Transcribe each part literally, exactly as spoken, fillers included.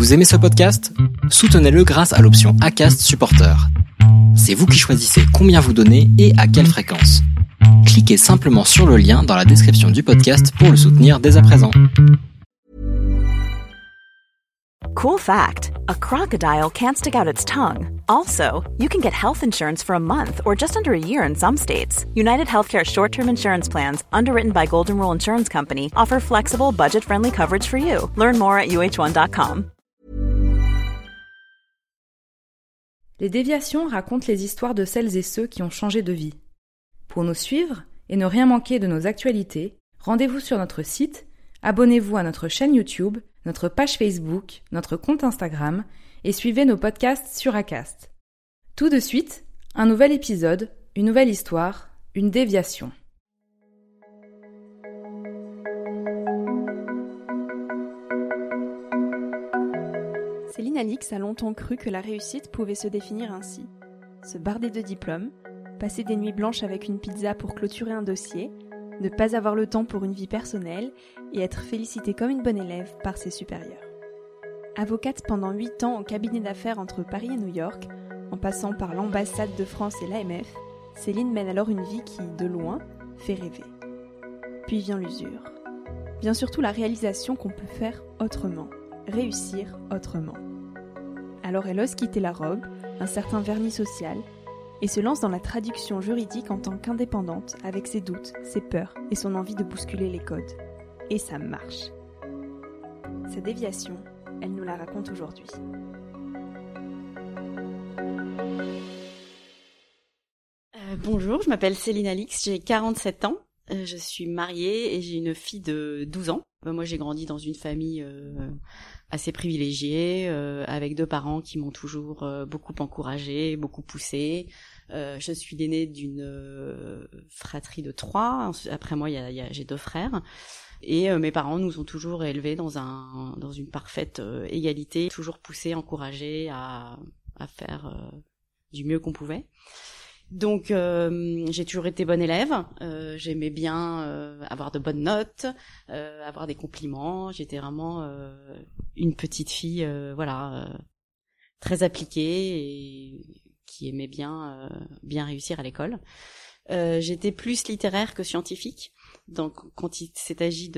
Vous aimez ce podcast ? Soutenez-le grâce à l'option Acast Supporter. C'est vous qui choisissez combien vous donnez et à quelle fréquence. Cliquez simplement sur le lien dans la description du podcast pour le soutenir dès à présent. Cool fact, a crocodile can't stick out its tongue. Also, you can get health insurance for a month or just under a year in some states. United Healthcare short-term insurance plans, underwritten by Golden Rule Insurance Company, offer flexible, budget-friendly coverage for you. Learn more at U H one dot com. Les déviations racontent les histoires de celles et ceux qui ont changé de vie. Pour nous suivre et ne rien manquer de nos actualités, rendez-vous sur notre site, abonnez-vous à notre chaîne YouTube, notre page Facebook, notre compte Instagram et suivez nos podcasts sur Acast. Tout de suite, un nouvel épisode, une nouvelle histoire, une déviation. Céline Alix a longtemps cru que la réussite pouvait se définir ainsi. Se barder de diplômes, passer des nuits blanches avec une pizza pour clôturer un dossier, ne pas avoir le temps pour une vie personnelle et être félicitée comme une bonne élève par ses supérieurs. Avocate pendant huit ans au cabinet d'affaires entre Paris et New York, en passant par l'ambassade de France et l'A M F, Céline mène alors une vie qui, de loin, fait rêver. Puis vient l'usure. Vient surtout la réalisation qu'on peut faire autrement, réussir autrement. Alors elle ose quitter la robe, un certain vernis social, et se lance dans la traduction juridique en tant qu'indépendante avec ses doutes, ses peurs et son envie de bousculer les codes. Et ça marche. Sa déviation, elle nous la raconte aujourd'hui. Euh, bonjour, je m'appelle Céline Alix, j'ai quarante-sept ans, euh, je suis mariée et j'ai une fille de douze ans. Euh, moi j'ai grandi dans une famille euh, assez privilégiée, euh, avec deux parents qui m'ont toujours euh, beaucoup encouragée, beaucoup poussée. Euh, je suis l'aînée d'une euh, fratrie de trois. Après moi, y a, y a, j'ai deux frères. Et euh, mes parents nous ont toujours élevés dans un dans une parfaite euh, égalité, toujours poussés, encouragés à à faire euh, du mieux qu'on pouvait. Donc euh, j'ai toujours été bonne élève, euh, j'aimais bien euh, avoir de bonnes notes, euh, avoir des compliments, j'étais vraiment euh, une petite fille euh, voilà euh, très appliquée et qui aimait bien euh, bien réussir à l'école. Euh, j'étais plus littéraire que scientifique. Donc quand il s'est agi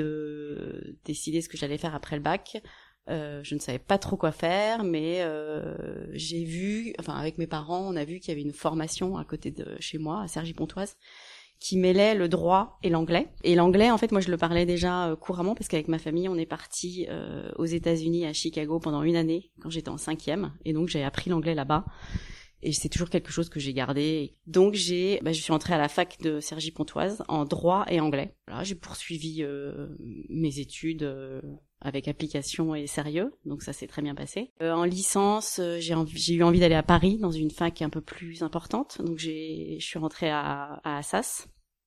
de décider ce que j'allais faire après le bac, Euh, je ne savais pas trop quoi faire, mais euh, j'ai vu, enfin avec mes parents, on a vu qu'il y avait une formation à côté de chez moi, à Cergy-Pontoise, qui mêlait le droit et l'anglais. Et l'anglais, en fait, moi je le parlais déjà euh, couramment parce qu'avec ma famille, on est parti euh, aux États-Unis, à Chicago, pendant une année quand j'étais en cinquième, et donc j'ai appris l'anglais là-bas. Et c'est toujours quelque chose que j'ai gardé. Donc j'ai, bah, je suis entrée à la fac de Cergy-Pontoise en droit et anglais. Voilà, j'ai poursuivi euh, mes études euh, avec application et sérieux, donc ça s'est très bien passé. Euh, en licence, euh, j'ai, envie, j'ai eu envie d'aller à Paris dans une fac un peu plus importante, donc j'ai, je suis rentrée à, à Assas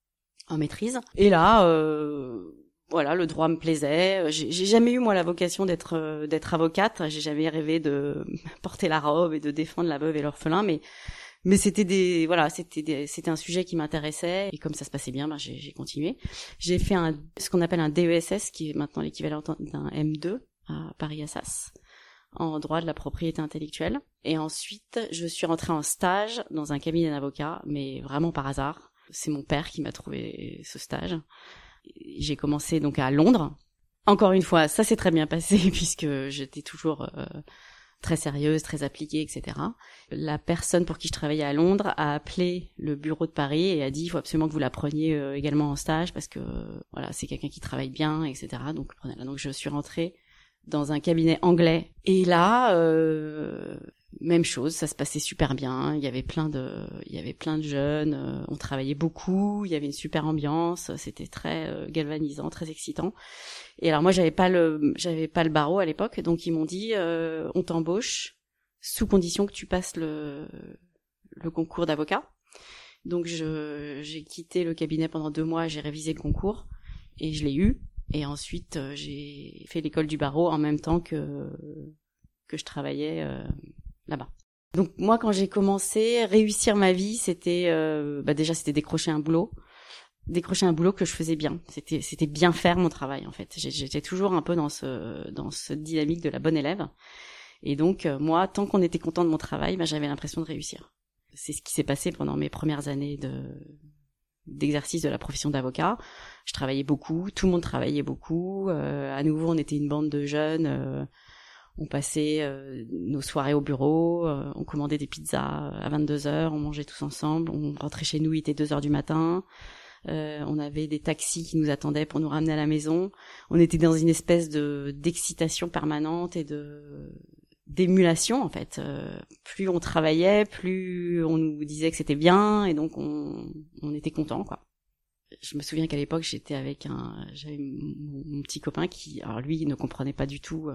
en maîtrise. Et là, euh, voilà, le droit me plaisait. J'ai, j'ai jamais eu moi la vocation d'être euh, d'être avocate. J'ai jamais rêvé de porter la robe et de défendre la veuve et l'orphelin, mais mais c'était des voilà, c'était des, c'était un sujet qui m'intéressait et comme ça se passait bien, ben j'ai, j'ai continué. J'ai fait un ce qu'on appelle un D E S S, qui est maintenant l'équivalent d'un M deux à Paris Assas, en droit de la propriété intellectuelle. Et ensuite, je suis rentrée en stage dans un cabinet d'avocats, mais vraiment par hasard. C'est mon père qui m'a trouvé ce stage. J'ai commencé donc à Londres. Encore une fois, ça s'est très bien passé puisque j'étais toujours euh, très sérieuse, très appliquée, et cetera. La personne pour qui je travaillais à Londres a appelé le bureau de Paris et a dit il faut absolument que vous la preniez euh, également en stage parce que euh, voilà, c'est quelqu'un qui travaille bien, et cetera. Donc prenez-la. Donc je suis rentrée dans un cabinet anglais et là euh, même chose, ça se passait super bien. Il y avait plein de, il y avait plein de jeunes. Euh, on travaillait beaucoup. Il y avait une super ambiance. C'était très euh, galvanisant, très excitant. Et alors moi, j'avais pas le, j'avais pas le barreau à l'époque, donc ils m'ont dit, euh, on t'embauche sous condition que tu passes le le concours d'avocat. Donc je, j'ai quitté le cabinet pendant deux mois. J'ai révisé le concours et je l'ai eu. Et ensuite, euh, j'ai fait l'école du barreau en même temps que que je travaillais. Euh, là-bas. Donc moi quand j'ai commencé, réussir ma vie, c'était euh, bah déjà c'était décrocher un boulot décrocher un boulot que je faisais bien. C'était c'était bien faire mon travail en fait. J'étais toujours un peu dans ce dans cette dynamique de la bonne élève. Et donc euh, moi, tant qu'on était content de mon travail, bah, j'avais l'impression de réussir. C'est ce qui s'est passé pendant mes premières années de d'exercice de la profession d'avocat. Je travaillais beaucoup, tout le monde travaillait beaucoup. Euh, à nouveau, on était une bande de jeunes. Euh, on passait euh, nos soirées au bureau, euh, on commandait des pizzas à vingt-deux heures, on mangeait tous ensemble, on rentrait chez nous, il était deux heures du matin. Euh, on avait des taxis qui nous attendaient pour nous ramener à la maison. On était dans une espèce de d'excitation permanente et de d'émulation en fait. Euh, plus on travaillait, plus on nous disait que c'était bien et donc on on était content quoi. Je me souviens qu'à l'époque j'étais avec un j'avais mon, mon petit copain qui alors lui il ne comprenait pas du tout euh,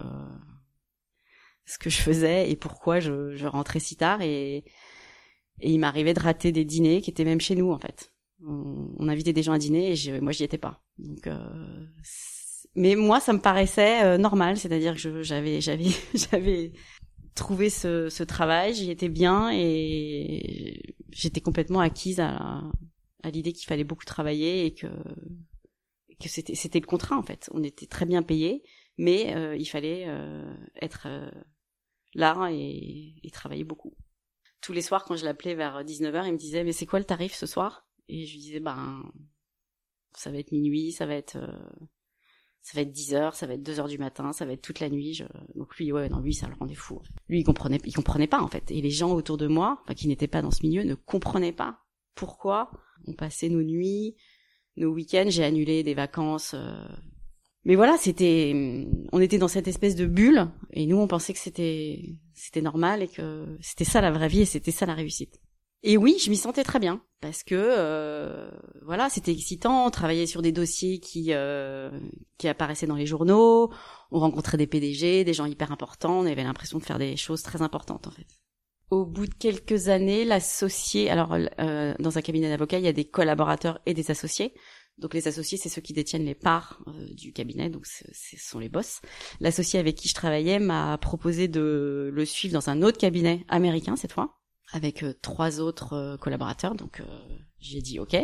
ce que je faisais et pourquoi je je rentrais si tard et et il m'arrivait de rater des dîners qui étaient même chez nous en fait. On, on invitait des gens à dîner et je, moi j'y étais pas. Donc euh, mais moi ça me paraissait euh, normal, c'est-à-dire que je, j'avais j'avais j'avais trouvé ce, ce travail, j'y étais bien et j'étais complètement acquise à, à l'idée qu'il fallait beaucoup travailler et que que c'était c'était le contrat en fait. On était très bien payés, mais euh, il fallait euh, être euh, là et, et travailler beaucoup. Tous les soirs quand je l'appelais vers dix-neuf heures, il me disait mais c'est quoi le tarif ce soir? Et je lui disais ben ça va être minuit, ça va être euh, ça va être dix heures, ça va être deux heures du matin, ça va être toute la nuit. Je... Donc lui, ouais, non, lui, ça le rendait fou. Lui, il comprenait, il comprenait pas en fait. Et les gens autour de moi, enfin, qui n'étaient pas dans ce milieu, ne comprenaient pas pourquoi on passait nos nuits, nos week-ends. J'ai annulé des vacances. Euh... Mais voilà, c'était, on était dans cette espèce de bulle, et nous, on pensait que c'était, c'était normal et que c'était ça la vraie vie et c'était ça la réussite. Et oui, je m'y sentais très bien parce que euh, voilà, c'était excitant. On travaillait sur des dossiers qui euh, qui apparaissaient dans les journaux. On rencontrait des P D G, des gens hyper importants. On avait l'impression de faire des choses très importantes en fait. Au bout de quelques années, l'associé, alors euh, dans un cabinet d'avocats, il y a des collaborateurs et des associés. Donc les associés, c'est ceux qui détiennent les parts euh, du cabinet, donc ce sont les boss. L'associé avec qui je travaillais m'a proposé de le suivre dans un autre cabinet américain cette fois, avec euh, trois autres euh, collaborateurs, donc euh, j'ai dit ok.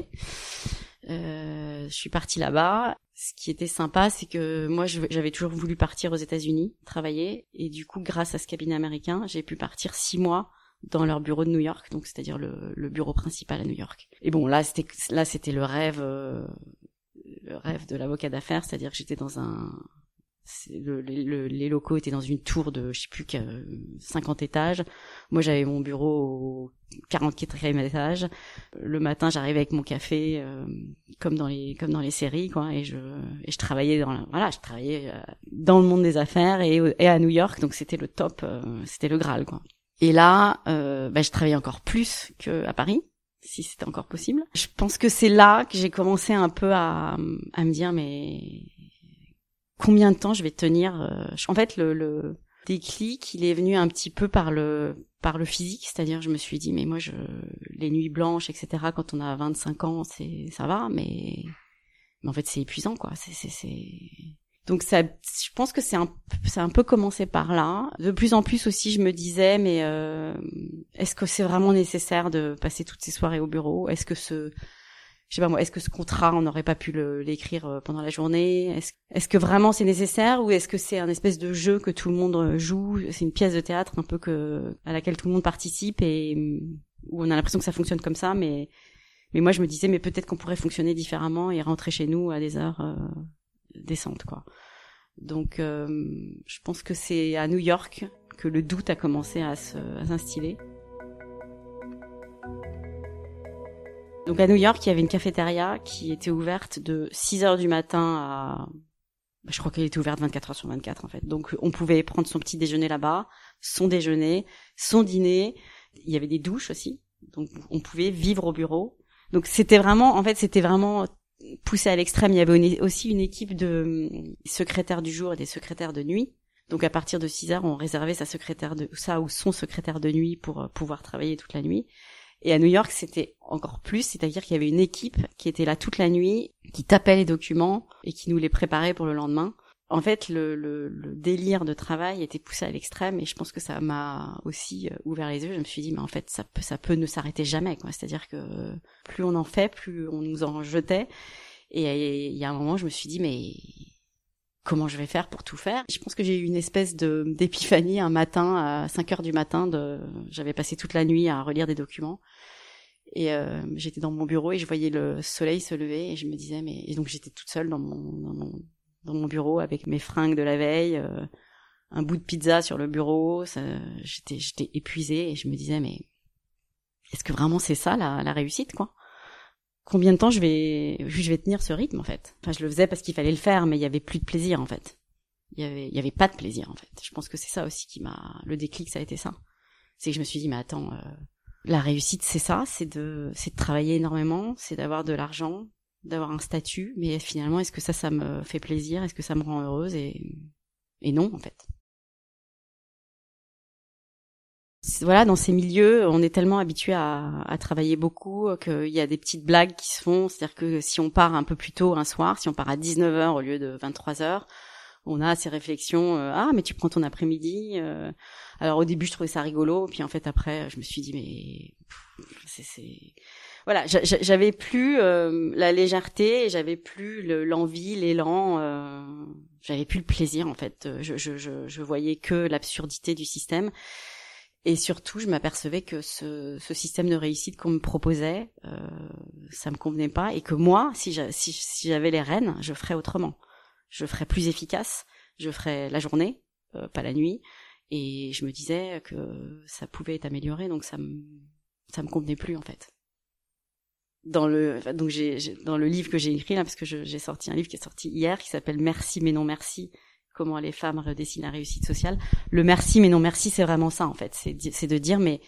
Euh, je suis partie là-bas. Ce qui était sympa, c'est que moi je, j'avais toujours voulu partir aux États-Unis, travailler, et du coup grâce à ce cabinet américain, j'ai pu partir six mois dans leur bureau de New York, donc c'est-à-dire le, le bureau principal à New York. Et bon là c'était là c'était le rêve, euh, le rêve de l'avocat d'affaires, c'est-à-dire que j'étais dans un Le, le, les locaux étaient dans une tour de, je sais plus, cinquante étages. Moi, j'avais mon bureau au quarante-quatrième étage. Le matin, j'arrivais avec mon café, euh, comme dans les, comme dans les séries, quoi. Et je, et je travaillais dans, la, voilà, je travaillais euh, dans le monde des affaires et, et à New York. Donc c'était le top, euh, c'était le Graal, quoi. Et là, euh, bah, je travaillais encore plus qu'à Paris, si c'était encore possible. Je pense que c'est là que j'ai commencé un peu à, à me dire, mais combien de temps je vais tenir euh, En fait, le, le déclic, il est venu un petit peu par le par le physique, c'est-à-dire je me suis dit mais moi je les nuits blanches, et cetera. Quand on a vingt-cinq ans, c'est ça va, mais mais en fait c'est épuisant quoi. C'est c'est c'est donc ça. Je pense que c'est un c'est un peu commencé par là. De plus en plus aussi, je me disais mais euh, est-ce que c'est vraiment nécessaire de passer toutes ces soirées au bureau? Est-ce que ce Je sais pas moi, est-ce que ce contrat, on n'aurait pas pu le, l'écrire pendant la journée? Est-ce, est-ce que vraiment c'est nécessaire ou est-ce que c'est un espèce de jeu que tout le monde joue? C'est une pièce de théâtre un peu que à laquelle tout le monde participe et où on a l'impression que ça fonctionne comme ça, mais mais moi je me disais mais peut-être qu'on pourrait fonctionner différemment et rentrer chez nous à des heures euh, décentes quoi. Donc euh, je pense que c'est à New York que le doute a commencé à, se, à s'instiller. Donc à New York, il y avait une cafétéria qui était ouverte de six heures du matin à... Je crois qu'elle était ouverte vingt-quatre heures sur vingt-quatre en fait. Donc on pouvait prendre son petit déjeuner là-bas, son déjeuner, son dîner. Il y avait des douches aussi. Donc on pouvait vivre au bureau. Donc c'était vraiment, en fait, c'était vraiment poussé à l'extrême. Il y avait une, aussi une équipe de secrétaires du jour et des secrétaires de nuit. Donc à partir de six heures, on réservait sa secrétaire de, ça ou son secrétaire de nuit pour pouvoir travailler toute la nuit. Et à New York, c'était encore plus, c'est-à-dire qu'il y avait une équipe qui était là toute la nuit, qui tapait les documents et qui nous les préparait pour le lendemain. en fait, le, le, le délire de travail était poussé à l'extrême et je pense que ça m'a aussi ouvert les yeux. Je me suis dit, mais en fait, ça peut, ça peut ne s'arrêter jamais, quoi. C'est-à-dire que plus on en fait, plus on nous en jetait. Et il y a un moment, je me suis dit, mais comment je vais faire pour tout faire? Je pense que j'ai eu une espèce de d'épiphanie un matin à cinq heures du matin. De, j'avais passé toute la nuit à relire des documents. Et euh, j'étais dans mon bureau et je voyais le soleil se lever et je me disais, mais... Et donc j'étais toute seule dans mon... Dans mon dans mon bureau avec mes fringues de la veille, euh, un bout de pizza sur le bureau, ça, j'étais, j'étais épuisée et je me disais, mais est-ce que vraiment c'est ça la, la réussite, quoi? Combien de temps je vais, je vais tenir ce rythme, en fait? Enfin, je le faisais parce qu'il fallait le faire, mais il y avait plus de plaisir, en fait. Il y avait, il y avait pas de plaisir, en fait. Je pense que c'est ça aussi qui m'a, le déclic, ça a été ça. C'est que je me suis dit, mais attends, euh, la réussite, c'est ça, c'est de, c'est de travailler énormément, c'est d'avoir de l'argent, d'avoir un statut, mais finalement, est-ce que ça, ça me fait plaisir? Est-ce que ça me rend heureuse? Et, et non, en fait. Voilà, dans ces milieux, on est tellement habitué à, à travailler beaucoup qu'il y a des petites blagues qui se font. C'est-à-dire que si on part un peu plus tôt un soir, si on part à dix-neuf heures au lieu de vingt-trois heures, on a ces réflexions, euh, ah, mais tu prends ton après-midi. Euh... Alors au début, je trouvais ça rigolo, puis en fait, après, je me suis dit, mais... Pff, c'est... c'est... Voilà, j'avais plus euh, la légèreté, j'avais plus le, l'envie, l'élan, euh, j'avais plus le plaisir en fait. Je, je, je, je voyais que l'absurdité du système et surtout je m'apercevais que ce, ce système de réussite qu'on me proposait, euh, ça me convenait pas et que moi, si, j'a, si, si j'avais les rênes, je ferais autrement. Je ferais plus efficace, je ferais la journée, euh, pas la nuit, et je me disais que ça pouvait être amélioré, donc ça me, ça me convenait plus en fait. Dans le donc j'ai, j'ai dans le livre que j'ai écrit là parce que je, j'ai sorti un livre qui est sorti hier qui s'appelle Merci mais non merci, comment les femmes redessinent la réussite sociale. Le merci mais non merci, c'est vraiment ça en fait, c'est c'est de dire mais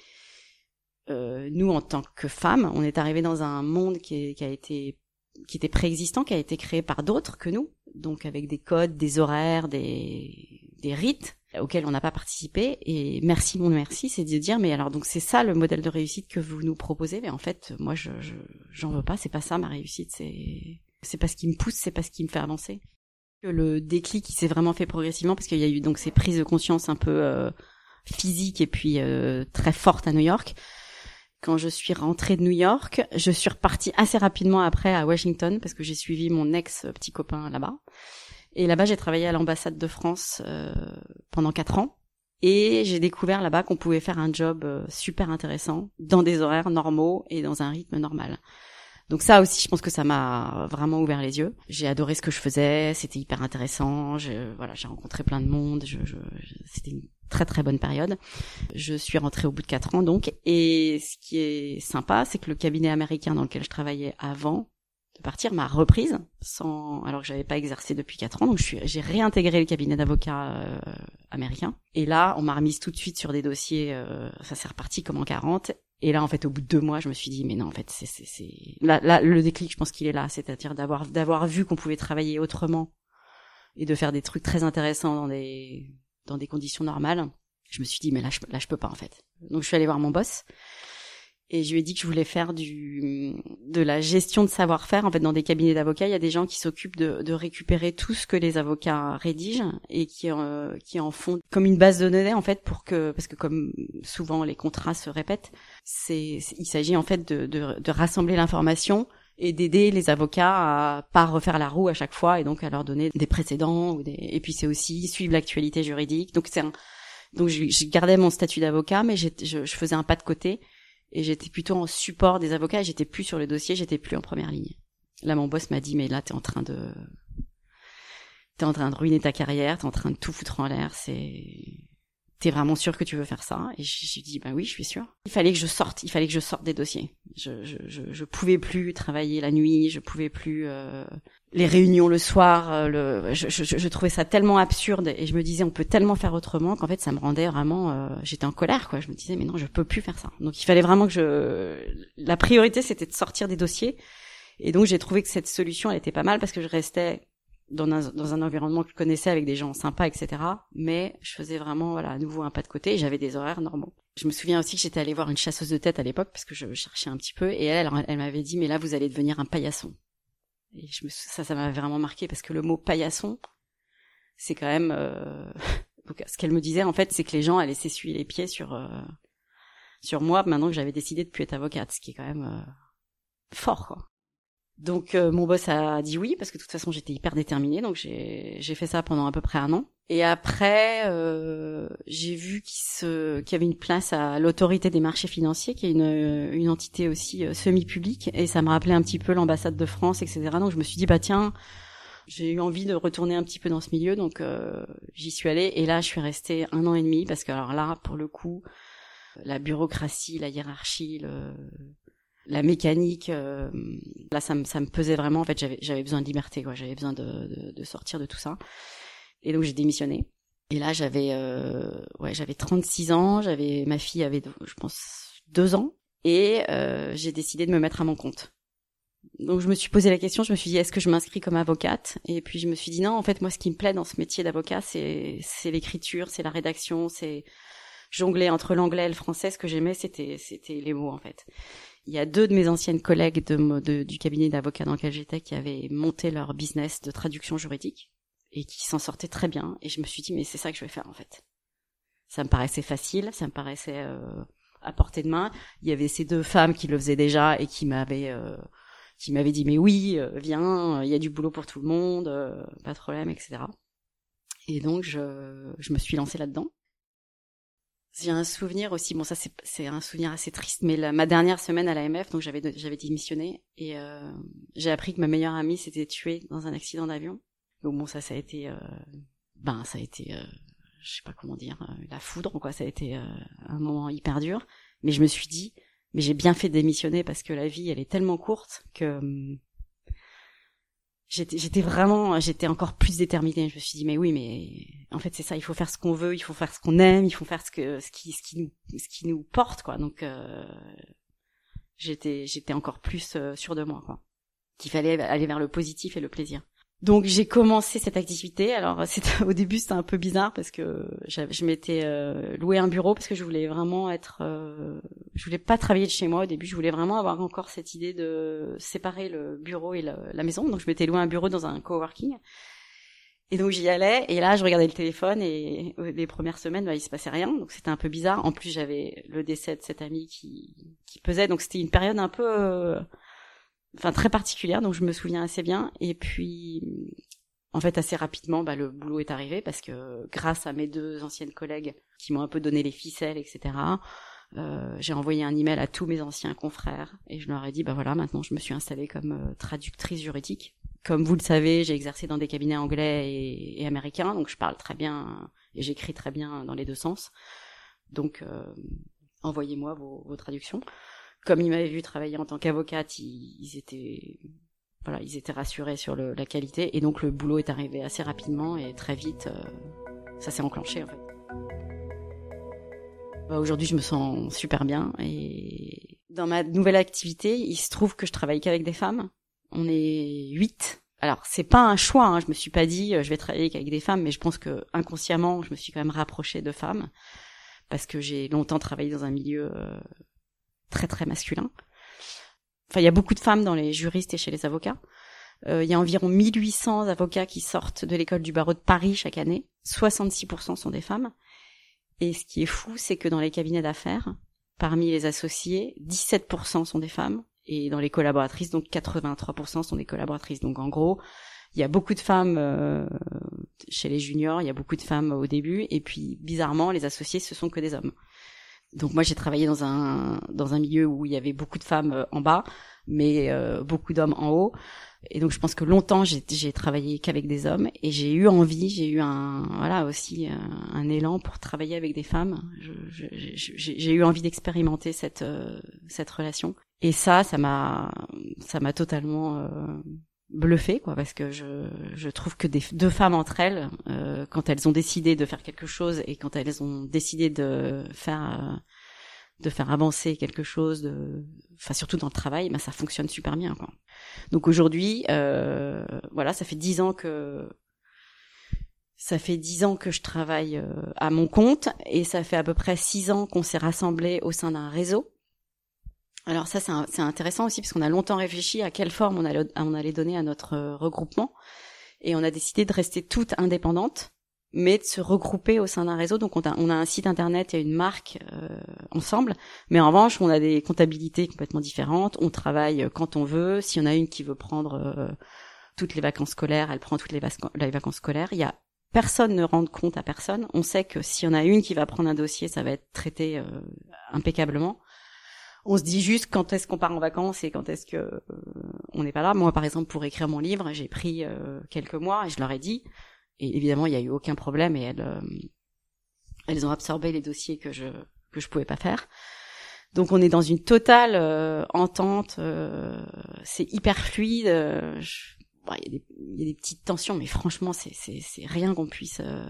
euh, nous en tant que femmes, on est arrivé dans un monde qui est, qui a été qui était préexistant, qui a été créé par d'autres que nous, donc avec des codes, des horaires, des des rites auxquels on n'a pas participé, et merci mon merci, c'est de dire mais alors donc c'est ça le modèle de réussite que vous nous proposez, mais en fait moi je, je j'en veux pas, c'est pas ça ma réussite, c'est c'est pas ce qui me pousse, c'est pas ce qui me fait avancer. Le déclic qui s'est vraiment fait progressivement parce qu'il y a eu donc ces prises de conscience un peu euh, physiques et puis euh, très fortes à New York. Quand je suis rentrée de New York, je suis repartie assez rapidement après à Washington parce que j'ai suivi mon ex petit copain là-bas. Et là-bas, j'ai travaillé à l'ambassade de France euh, pendant quatre ans. Et j'ai découvert là-bas qu'on pouvait faire un job euh, super intéressant, dans des horaires normaux et dans un rythme normal. Donc ça aussi, je pense que ça m'a vraiment ouvert les yeux. J'ai adoré ce que je faisais, c'était hyper intéressant. Je, voilà, j'ai rencontré plein de monde. Je, je, je, c'était une très très bonne période. Je suis rentrée au bout de quatre ans donc. Et ce qui est sympa, c'est que le cabinet américain dans lequel je travaillais avant de partir m'a reprise sans alors que j'avais pas exercé depuis quatre ans, donc je suis j'ai réintégré le cabinet d'avocats euh, américain et là on m'a remise tout de suite sur des dossiers, euh, ça s'est reparti comme en quarante et là en fait au bout de deux mois je me suis dit mais non en fait c'est c'est c'est là, là le déclic je pense qu'il est là, c'est-à-dire d'avoir d'avoir vu qu'on pouvait travailler autrement et de faire des trucs très intéressants dans des dans des conditions normales. Je me suis dit mais là je là je peux pas en fait, donc je suis allée voir mon boss. Et je lui ai dit que je voulais faire du de la gestion de savoir-faire. En fait, dans des cabinets d'avocats, il y a des gens qui s'occupent de, de récupérer tout ce que les avocats rédigent et qui euh, qui en font comme une base de données en fait pour que parce que comme souvent les contrats se répètent, c'est, c'est il s'agit en fait de, de de rassembler l'information et d'aider les avocats à pas refaire la roue à chaque fois et donc à leur donner des précédents ou des et puis c'est aussi suivre l'actualité juridique. Donc c'est un donc je, je gardais mon statut d'avocat mais je, je faisais un pas de côté. Et j'étais plutôt en support des avocats, et j'étais plus sur le dossier, j'étais plus en première ligne. Là, mon boss m'a dit, mais là, t'es en train de, t'es en train de ruiner ta carrière, t'es en train de tout foutre en l'air, c'est, t'es vraiment sûr que tu veux faire ça? Et j'ai dit, bah oui, je suis sûre. Il fallait que je sorte, il fallait que je sorte des dossiers. Je, je, je, je pouvais plus travailler la nuit, je pouvais plus, euh, les réunions le soir, euh, le, je, je, je trouvais ça tellement absurde et je me disais on peut tellement faire autrement qu'en fait ça me rendait vraiment, euh, j'étais en colère quoi. Je me disais mais non je peux plus faire ça. Donc il fallait vraiment que je, la priorité c'était de sortir des dossiers et donc j'ai trouvé que cette solution elle était pas mal parce que je restais dans un, dans un environnement que je connaissais avec des gens sympas et cetera. Mais je faisais vraiment voilà à nouveau un pas de côté et j'avais des horaires normaux. Je me souviens aussi que j'étais allée voir une chasseuse de tête à l'époque parce que je cherchais un petit peu et elle elle, elle m'avait dit mais là vous allez devenir un paillasson. Et je me, ça, ça m'avait vraiment marqué parce que le mot paillasson, c'est quand même... Euh... Donc, ce qu'elle me disait, en fait, c'est que les gens allaient s'essuyer les pieds sur euh... sur moi maintenant que j'avais décidé de plus être avocate, ce qui est quand même euh... fort, quoi. Donc euh, mon boss a dit oui parce que de toute façon j'étais hyper déterminée, donc j'ai j'ai fait ça pendant à peu près un an. Et après euh, j'ai vu qu'il se qu'il y avait une place à l'autorité des marchés financiers, qui est une une entité aussi euh, semi-publique, et ça me rappelait un petit peu l'ambassade de France, et cetera. Donc je me suis dit bah tiens, j'ai eu envie de retourner un petit peu dans ce milieu, donc euh, j'y suis allée, et là je suis restée un an et demi parce que alors là pour le coup la bureaucratie, la hiérarchie, le la mécanique, euh, là ça me ça me pesait vraiment. En fait, j'avais j'avais besoin de liberté, quoi. J'avais besoin de, de de sortir de tout ça. Et donc j'ai démissionné. Et là j'avais euh, ouais j'avais trente-six ans. J'avais ma fille avait je pense deux ans. Et euh, j'ai décidé de me mettre à mon compte. Donc je me suis posé la question. Je me suis dit est-ce que je m'inscris comme avocate? Et puis je me suis dit non. En fait moi ce qui me plaît dans ce métier d'avocat c'est c'est l'écriture, c'est la rédaction, c'est jongler entre l'anglais et le français. Ce que j'aimais c'était c'était les mots en fait. Il y a deux de mes anciennes collègues de, de, du cabinet d'avocats dans lequel j'étais qui avaient monté leur business de traduction juridique et qui s'en sortaient très bien. Et je me suis dit, mais c'est ça que je vais faire en fait. Ça me paraissait facile, ça me paraissait euh, à portée de main. Il y avait ces deux femmes qui le faisaient déjà et qui m'avaient, euh, qui m'avaient dit, mais oui, euh, viens, il y a du boulot pour tout le monde, euh, pas de problème, et cetera. Et donc, je, je me suis lancée là-dedans. J'ai un souvenir aussi, bon ça c'est c'est un souvenir assez triste, mais la, ma dernière semaine à l'A M F, donc j'avais j'avais démissionné et euh, j'ai appris que ma meilleure amie s'était tuée dans un accident d'avion. Donc bon ça ça a été euh, ben ça a été euh, je sais pas comment dire euh, la foudre quoi, ça a été euh, un moment hyper dur, mais je me suis dit mais j'ai bien fait de démissionner parce que la vie elle est tellement courte que hum, J'étais, j'étais vraiment, j'étais encore plus déterminée. Je me suis dit, mais oui, mais en fait, c'est ça. Il faut faire ce qu'on veut, il faut faire ce qu'on aime, il faut faire ce que, ce qui, ce qui nous, ce qui nous porte, quoi. Donc, euh, j'étais, j'étais encore plus euh, sûre de moi, quoi. Qu'il fallait aller vers le positif et le plaisir. Donc, j'ai commencé cette activité. Alors, c'était, au début, c'était un peu bizarre parce que je m'étais euh, loué un bureau parce que je voulais vraiment être, euh, je voulais pas travailler de chez moi au début. Je voulais vraiment avoir encore cette idée de séparer le bureau et le, la maison. Donc, je m'étais loué un bureau dans un coworking. Et donc, j'y allais. Et là, je regardais le téléphone et les premières semaines, bah, il se passait rien. Donc, c'était un peu bizarre. En plus, j'avais le décès de cette amie qui, qui pesait. Donc, c'était une période un peu, euh, enfin très particulière, donc je me souviens assez bien. Et puis en fait assez rapidement bah le boulot est arrivé parce que grâce à mes deux anciennes collègues qui m'ont un peu donné les ficelles, etc., euh, j'ai envoyé un email à tous mes anciens confrères et je leur ai dit bah voilà, maintenant je me suis installée comme euh, traductrice juridique. Comme vous le savez, j'ai exercé dans des cabinets anglais et, et américains, donc je parle très bien et j'écris très bien dans les deux sens. Donc euh, envoyez-moi vos, vos traductions. Comme ils m'avaient vu travailler en tant qu'avocate, ils, ils étaient, voilà, ils étaient rassurés sur le, la qualité, et donc le boulot est arrivé assez rapidement et très vite, euh, ça s'est enclenché en fait. Bah, aujourd'hui, je me sens super bien et dans ma nouvelle activité, il se trouve que je travaille qu'avec des femmes. On est huit. Alors c'est pas un choix, hein. Je me suis pas dit je vais travailler qu'avec des femmes, mais je pense que inconsciemment, je me suis quand même rapprochée de femmes parce que j'ai longtemps travaillé dans un milieu euh, très très masculin. Enfin, il y a beaucoup de femmes dans les juristes et chez les avocats. Euh, il y a environ mille huit cents avocats qui sortent de l'école du barreau de Paris chaque année. soixante-six pour cent sont des femmes. Et ce qui est fou, c'est que dans les cabinets d'affaires, parmi les associés, dix-sept pour cent sont des femmes. Et dans les collaboratrices, donc quatre-vingt-trois pour cent sont des collaboratrices. Donc en gros, il y a beaucoup de femmes euh, chez les juniors, il y a beaucoup de femmes au début. Et puis bizarrement, les associés, ce sont que des hommes. Donc moi j'ai travaillé dans un dans un milieu où il y avait beaucoup de femmes en bas, mais euh, beaucoup d'hommes en haut. Et donc je pense que longtemps j'ai j'ai travaillé qu'avec des hommes et j'ai eu envie, j'ai eu un voilà aussi un, un élan pour travailler avec des femmes. Je, je, j'ai, j'ai eu envie d'expérimenter cette euh, cette relation. Et ça, ça m'a ça m'a totalement euh, bluffé quoi, parce que je je trouve que des deux femmes entre elles, euh, quand elles ont décidé de faire quelque chose et quand elles ont décidé de faire euh, de faire avancer quelque chose, de enfin surtout dans le travail, ben ça fonctionne super bien quoi. Donc aujourd'hui, euh, voilà, ça fait dix ans que ça fait dix ans que je travaille euh, à mon compte et ça fait à peu près six ans qu'on s'est rassemblés au sein d'un réseau. Alors ça c'est, un, c'est intéressant aussi parce qu'on a longtemps réfléchi à quelle forme on allait, on allait donner à notre euh, regroupement Et on a décidé de rester toutes indépendantes, mais de se regrouper au sein d'un réseau. Donc on a, on a un site internet et une marque euh, ensemble, mais en revanche on a des comptabilités complètement différentes, on travaille quand on veut. S'il y en a une qui veut prendre euh, toutes les vacances scolaires, elle prend toutes les, vac- les vacances scolaires. Il y a personne ne rend compte à personne. On sait que s'il y en a une qui va prendre un dossier, ça va être traité euh, impeccablement. On se dit juste quand est-ce qu'on part en vacances et quand est-ce que euh, on n'est pas là. Moi par exemple pour écrire mon livre, j'ai pris euh, quelques mois et je leur ai dit. Et évidemment, il y a eu aucun problème et elles, euh, elles ont absorbé les dossiers que je que je pouvais pas faire. Donc on est dans une totale euh, entente. Euh, c'est hyper fluide. Euh, je, bon, il y a des il y a des petites tensions, mais franchement, c'est c'est c'est rien qu'on puisse euh,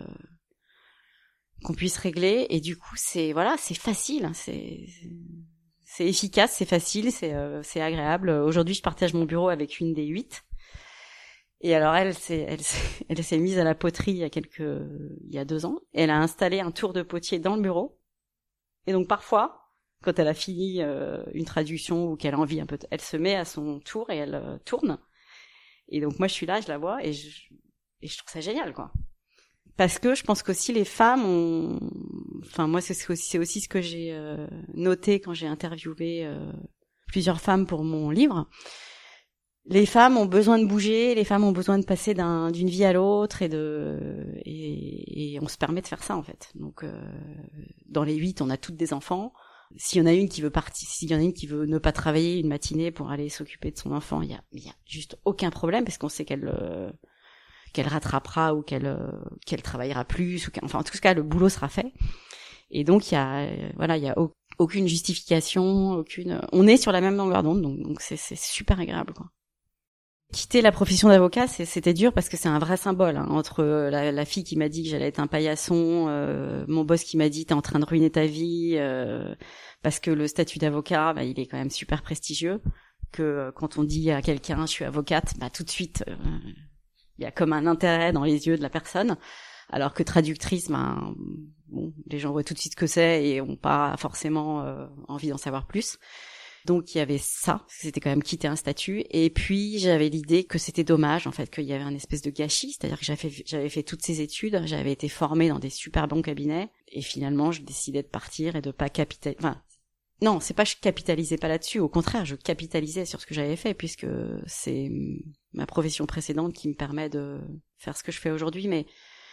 qu'on puisse régler. Et du coup, c'est voilà, c'est facile. C'est c'est efficace, c'est facile, c'est euh, c'est agréable. Aujourd'hui, je partage mon bureau avec une des huit. Et alors elle s'est, elle s'est, elle s'est mise à la poterie il y a quelques, il y a deux ans. Elle a installé un tour de potier dans le bureau. Et donc parfois, quand elle a fini euh, une traduction ou qu'elle a envie un peu, elle se met à son tour et elle euh, tourne. Et donc moi je suis là, je la vois et je, et je trouve ça génial quoi. Parce que je pense qu'aussi les femmes ont, enfin moi c'est aussi, c'est aussi ce que j'ai euh, noté quand j'ai interviewé euh, plusieurs femmes pour mon livre. Les femmes ont besoin de bouger, les femmes ont besoin de passer d'un, d'une vie à l'autre et de et, et on se permet de faire ça en fait. Donc euh, dans les huit, on a toutes des enfants. S'il y en a une qui veut partir, s'il y en a une qui veut ne pas travailler une matinée pour aller s'occuper de son enfant, il y a, il y a juste aucun problème parce qu'on sait qu'elle euh, qu'elle rattrapera ou qu'elle euh, qu'elle travaillera plus ou enfin en tout cas le boulot sera fait. Et donc il y a euh, voilà il y a au, aucune justification, aucune. On est sur la même longueur d'onde donc donc c'est c'est super agréable quoi. Quitter la profession d'avocat, c'est, c'était dur parce que c'est un vrai symbole hein, entre la, la fille qui m'a dit que j'allais être un paillasson, euh, mon boss qui m'a dit t'es en train de ruiner ta vie, euh, parce que le statut d'avocat, bah, il est quand même super prestigieux. Que euh, quand on dit à quelqu'un je suis avocate, bah tout de suite il euh, y a comme un intérêt dans les yeux de la personne, alors que traductrice, bah, bon, les gens voient tout de suite ce que c'est et ont pas forcément euh, envie d'en savoir plus. Donc il y avait ça, c'était quand même quitter un statut, et puis j'avais l'idée que c'était dommage en fait qu'il y avait un espèce de gâchis, c'est-à-dire que j'avais fait, j'avais fait toutes ces études, j'avais été formée dans des super bons cabinets, et finalement je décidais de partir et de pas capitaliser. Enfin, non, c'est pas je capitalisais pas là-dessus, au contraire, je capitalisais sur ce que j'avais fait puisque c'est ma profession précédente qui me permet de faire ce que je fais aujourd'hui, mais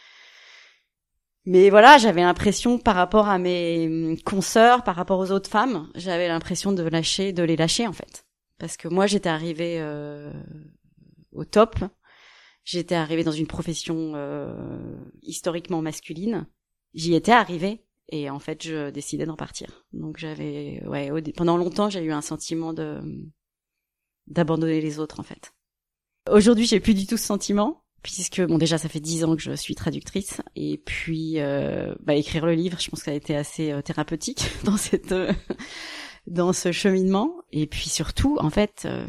Mais voilà, j'avais l'impression par rapport à mes consoeurs, par rapport aux autres femmes, j'avais l'impression de lâcher, de les lâcher en fait. Parce que moi, j'étais arrivée euh, au top. J'étais arrivée dans une profession euh, historiquement masculine. J'y étais arrivée et en fait, je décidais d'en partir. Donc j'avais, ouais, au, pendant longtemps, j'ai eu un sentiment de d'abandonner les autres en fait. Aujourd'hui, j'ai plus du tout ce sentiment. Puisque bon déjà ça fait dix ans que je suis traductrice et puis euh, bah écrire le livre je pense que ça a été assez euh, thérapeutique dans cette euh, dans ce cheminement et puis surtout en fait euh,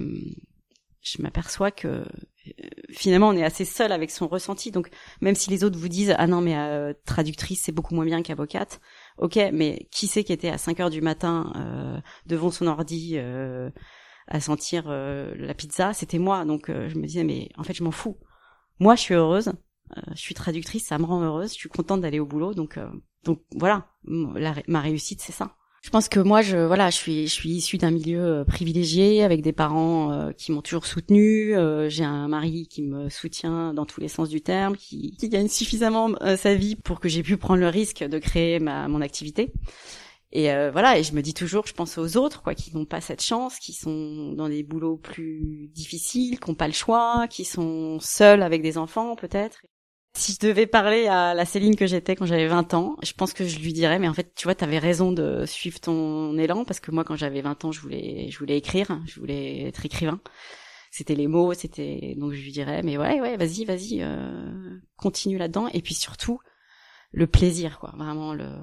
je m'aperçois que euh, finalement on est assez seul avec son ressenti donc même si les autres vous disent ah non mais euh, traductrice c'est beaucoup moins bien qu'avocate ok mais qui c'est qui était à cinq heures du matin euh, devant son ordi euh, à sentir euh, la pizza c'était moi donc euh, je me disais mais en fait je m'en fous. Moi, je suis heureuse, euh, je suis traductrice, ça me rend heureuse, je suis contente d'aller au boulot, donc euh, donc voilà, la, ma réussite c'est ça. Je pense que moi, je voilà, je suis je suis issue d'un milieu euh, privilégié avec des parents euh, qui m'ont toujours soutenue. Euh, j'ai un mari qui me soutient dans tous les sens du terme, qui, qui gagne suffisamment euh, sa vie pour que j'ai pu prendre le risque de créer ma mon activité. Et euh, voilà, et je me dis toujours, je pense aux autres, quoi, qui n'ont pas cette chance, qui sont dans des boulots plus difficiles, qui n'ont pas le choix, qui sont seuls avec des enfants, peut-être. Si je devais parler à la Céline que j'étais quand j'avais vingt ans, je pense que je lui dirais, mais en fait, tu vois, t'avais raison de suivre ton élan, parce que moi, quand j'avais vingt ans, je voulais, je voulais écrire, je voulais être écrivain. C'était les mots, c'était, donc je lui dirais, mais ouais, ouais, vas-y, vas-y, euh, continue là-dedans. Et puis surtout, le plaisir, quoi, vraiment le...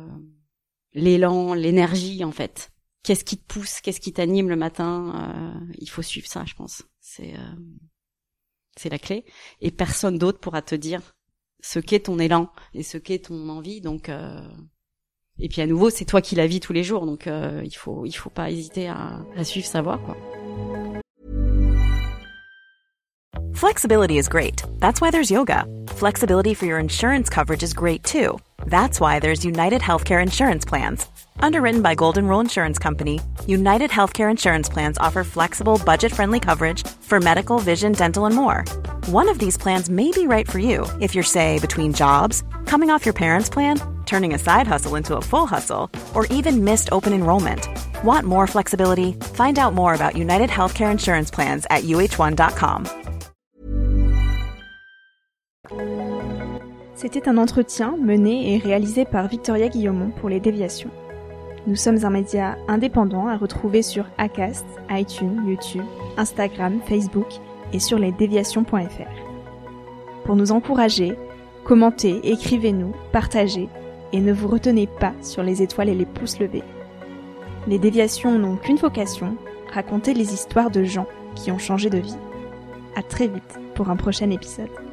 l'élan, l'énergie en fait. Qu'est-ce qui te pousse, qu'est-ce qui t'anime le matin euh, il faut suivre ça, je pense. C'est euh, c'est la clé. Et personne d'autre pourra te dire ce qu'est ton élan et ce qu'est ton envie. Donc euh... et puis à nouveau, c'est toi qui la vis tous les jours. Donc euh, il faut il faut pas hésiter à, à suivre sa voie, quoi. Flexibility is great. That's why there's yoga. Flexibility for your insurance coverage is great too. That's why there's United Healthcare Insurance Plans. Underwritten by Golden Rule Insurance Company, United Healthcare Insurance Plans offer flexible, budget-friendly coverage for medical, vision, dental, and more. One of these plans may be right for you if you're, say, between jobs, coming off your parents' plan, turning a side hustle into a full hustle, or even missed open enrollment. Want more flexibility? Find out more about United Healthcare Insurance Plans at U H one dot com. C'était un entretien mené et réalisé par Victoria Guillaumont pour Les Déviations. Nous sommes un média indépendant à retrouver sur Acast, iTunes, YouTube, Instagram, Facebook et sur lesdéviations point f r. Pour nous encourager, commentez, écrivez-nous, partagez et ne vous retenez pas sur les étoiles et les pouces levés. Les Déviations n'ont qu'une vocation, raconter les histoires de gens qui ont changé de vie. À très vite pour un prochain épisode.